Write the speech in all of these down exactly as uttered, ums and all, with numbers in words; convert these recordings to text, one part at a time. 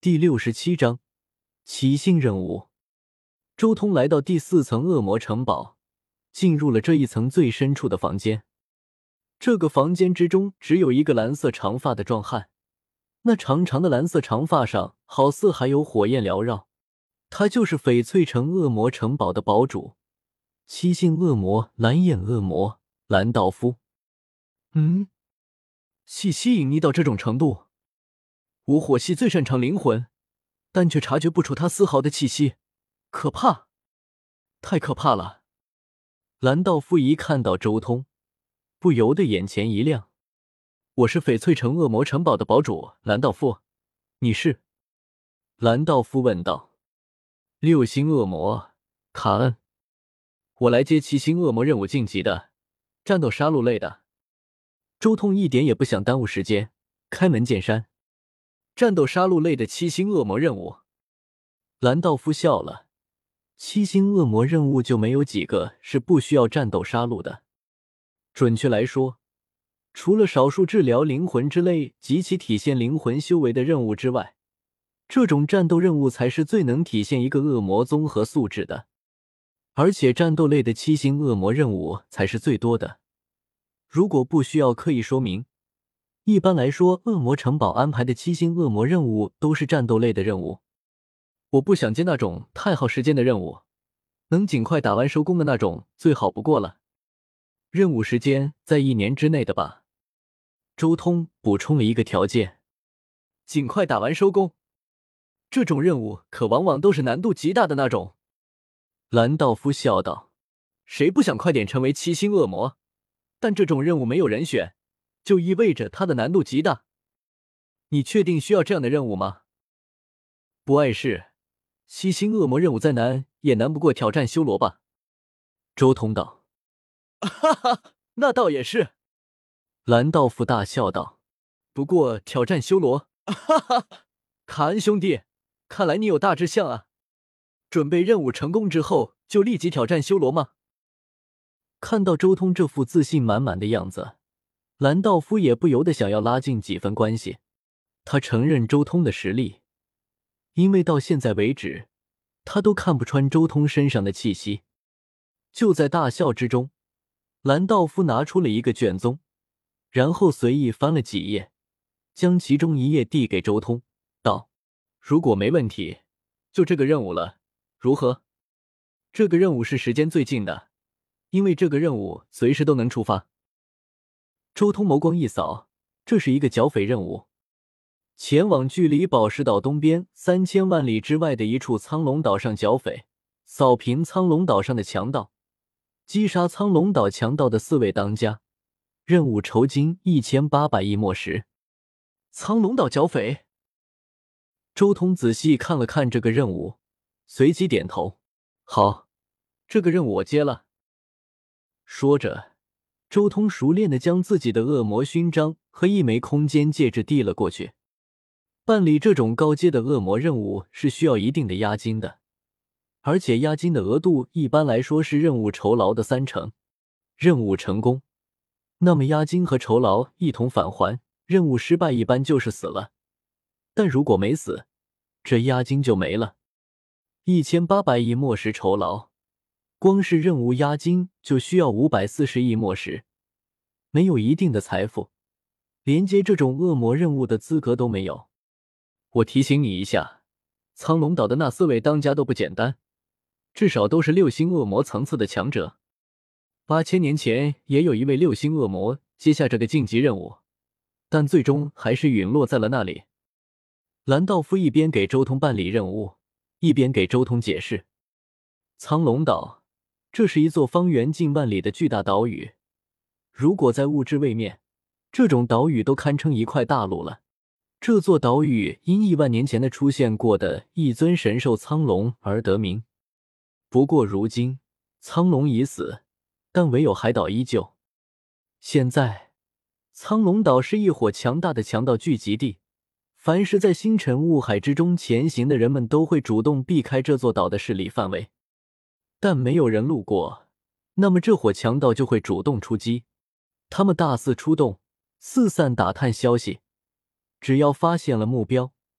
第六十七章奇星任务。周通来到第四层恶魔城堡，进入了这一层最深处的房间。这个房间之中只有一个蓝色长发的壮汉，那长长的蓝色长发上好似还有火焰缭绕。他就是翡翠城恶魔城堡的堡主，七星恶魔蓝眼恶魔蓝道夫。嗯，气息隐匿到这种程度，我火系最擅长灵魂，但却察觉不出他丝毫的气息，可怕，太可怕了。蓝道夫一看到周通，不由得眼前一亮。我是翡翠城恶魔城堡的堡主蓝道夫，你是？蓝道夫问道。六星恶魔卡恩，我来接七星恶魔任务晋级的，战斗杀戮类的。周通一点也不想耽误时间，开门见山。战斗杀戮类的七星恶魔任务。蓝道夫笑了，七星恶魔任务就没有几个是不需要战斗杀戮的。准确来说，除了少数治疗灵魂之类极其体现灵魂修为的任务之外，这种战斗任务才是最能体现一个恶魔综合素质的。而且战斗类的七星恶魔任务才是最多的。如果不需要刻意说明，一般来说，恶魔城堡安排的七星恶魔任务都是战斗类的任务。我不想接那种太耗时间的任务，能尽快打完收工的那种最好不过了。任务时间在一年之内的吧？周通补充了一个条件，尽快打完收工。这种任务可往往都是难度极大的那种。蓝道夫笑道，谁不想快点成为七星恶魔？但这种任务没有人选，就意味着它的难度极大。你确定需要这样的任务吗？不碍事，七星恶魔任务再难也难不过挑战修罗吧？周通道。哈哈，那倒也是。蓝道夫大笑道。不过挑战修罗，哈哈，卡恩兄弟，看来你有大志向啊。准备任务成功之后就立即挑战修罗吗？看到周通这副自信满满的样子，蓝道夫也不由得想要拉近几分关系。他承认周通的实力，因为到现在为止，他都看不穿周通身上的气息。就在大笑之中，蓝道夫拿出了一个卷宗，然后随意翻了几页，将其中一页递给周通，道：如果没问题，就这个任务了，如何？这个任务是时间最近的，因为这个任务随时都能触发。周通眸光一扫，这是一个剿匪任务，前往距离宝石岛东边三千万里之外的一处苍龙岛上剿匪，扫平苍龙岛上的强盗，击杀苍龙岛强盗的四位当家，任务酬金一千八百亿墨石。苍龙岛剿匪。周通仔细看了看这个任务，随即点头，好，这个任务我接了。说着，周通熟练地将自己的恶魔勋章和一枚空间戒指递了过去。办理这种高阶的恶魔任务是需要一定的押金的，而且押金的额度一般来说是任务酬劳的三成。任务成功，那么押金和酬劳一同返还，任务失败一般就是死了。但如果没死，这押金就没了。一千八百亿墨石酬劳，光是任务押金就需要五百四十亿墨石。没有一定的财富，连接这种恶魔任务的资格都没有。我提醒你一下，苍龙岛的那四位当家都不简单，至少都是六星恶魔层次的强者。八千年前也有一位六星恶魔接下这个晋级任务，但最终还是陨落在了那里。蓝道夫一边给周通办理任务，一边给周通解释。苍龙岛，这是一座方圆近万里的巨大岛屿，如果在物质位面，这种岛屿都堪称一块大陆了。这座岛屿因亿万年前的出现过的一尊神兽苍龙而得名。不过如今，苍龙已死，但唯有海岛依旧。现在，苍龙岛是一伙强大的强盗聚集地，凡是在星辰雾海之中前行的人们都会主动避开这座岛的势力范围。但没有人路过，那么这伙强盗就会主动出击。他们大肆出动，四散打探消息，只要发现了目标，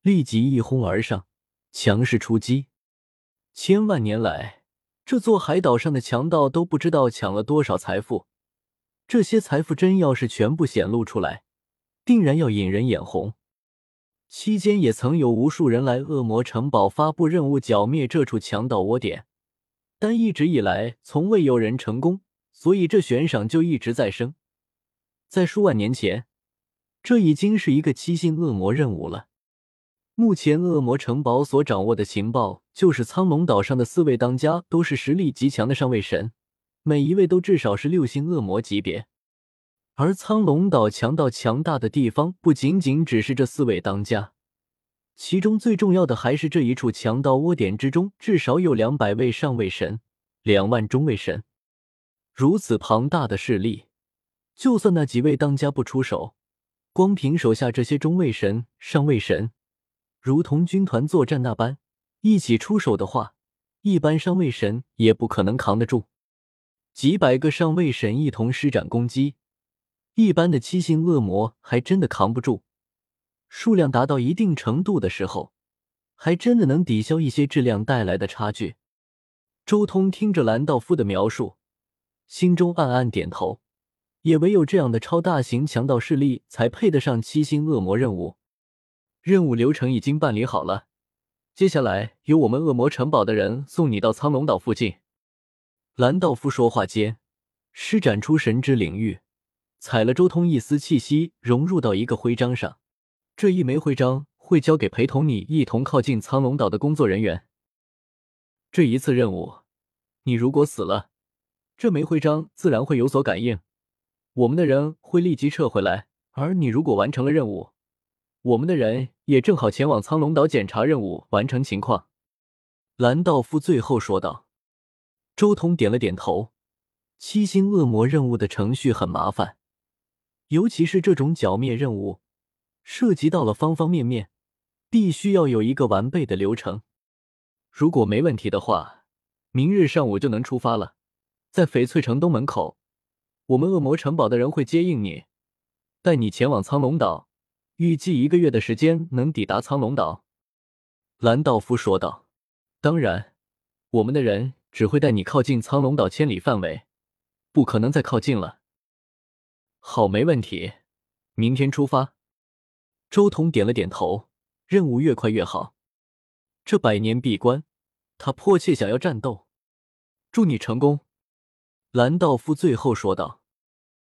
立即一哄而上，强势出击。千万年来，这座海岛上的强盗都不知道抢了多少财富，这些财富真要是全部显露出来，定然要引人眼红。期间也曾有无数人来恶魔城堡发布任务，剿灭这处强盗窝点，但一直以来从未有人成功，所以这悬赏就一直在升。在数万年前，这已经是一个七星恶魔任务了。目前恶魔城堡所掌握的情报，就是苍龙岛上的四位当家都是实力极强的上位神，每一位都至少是六星恶魔级别。而苍龙岛强到强大的地方，不仅仅只是这四位当家，其中最重要的还是这一处强盗窝点之中至少有两百位上位神，两万中位神。如此庞大的势力，就算那几位当家不出手，光凭手下这些中位神、上位神，如同军团作战那般，一起出手的话，一般上位神也不可能扛得住。几百个上位神一同施展攻击，一般的七星恶魔还真的扛不住。数量达到一定程度的时候，还真的能抵消一些质量带来的差距。周通听着蓝道夫的描述，心中暗暗点头，也唯有这样的超大型强盗势力才配得上七星恶魔任务。任务流程已经办理好了，接下来由我们恶魔城堡的人送你到苍龙岛附近。蓝道夫说话间，施展出神之领域，采了周通一丝气息融入到一个徽章上。这一枚徽章会交给陪同你一同靠近苍龙岛的工作人员。这一次任务，你如果死了，这枚徽章自然会有所感应，我们的人会立即撤回来，而你如果完成了任务，我们的人也正好前往苍龙岛检查任务完成情况。蓝道夫最后说道。周通点了点头，七星恶魔任务的程序很麻烦，尤其是这种剿灭任务，涉及到了方方面面，必须要有一个完备的流程。如果没问题的话，明日上午就能出发了，在翡翠城东门口，我们恶魔城堡的人会接应你，带你前往苍龙岛，预计一个月的时间能抵达苍龙岛。蓝道夫说道。当然，我们的人只会带你靠近苍龙岛千里范围，不可能再靠近了。好，没问题，明天出发。周通点了点头，任务越快越好。这百年闭关，他迫切想要战斗。祝你成功。蓝道夫最后说道。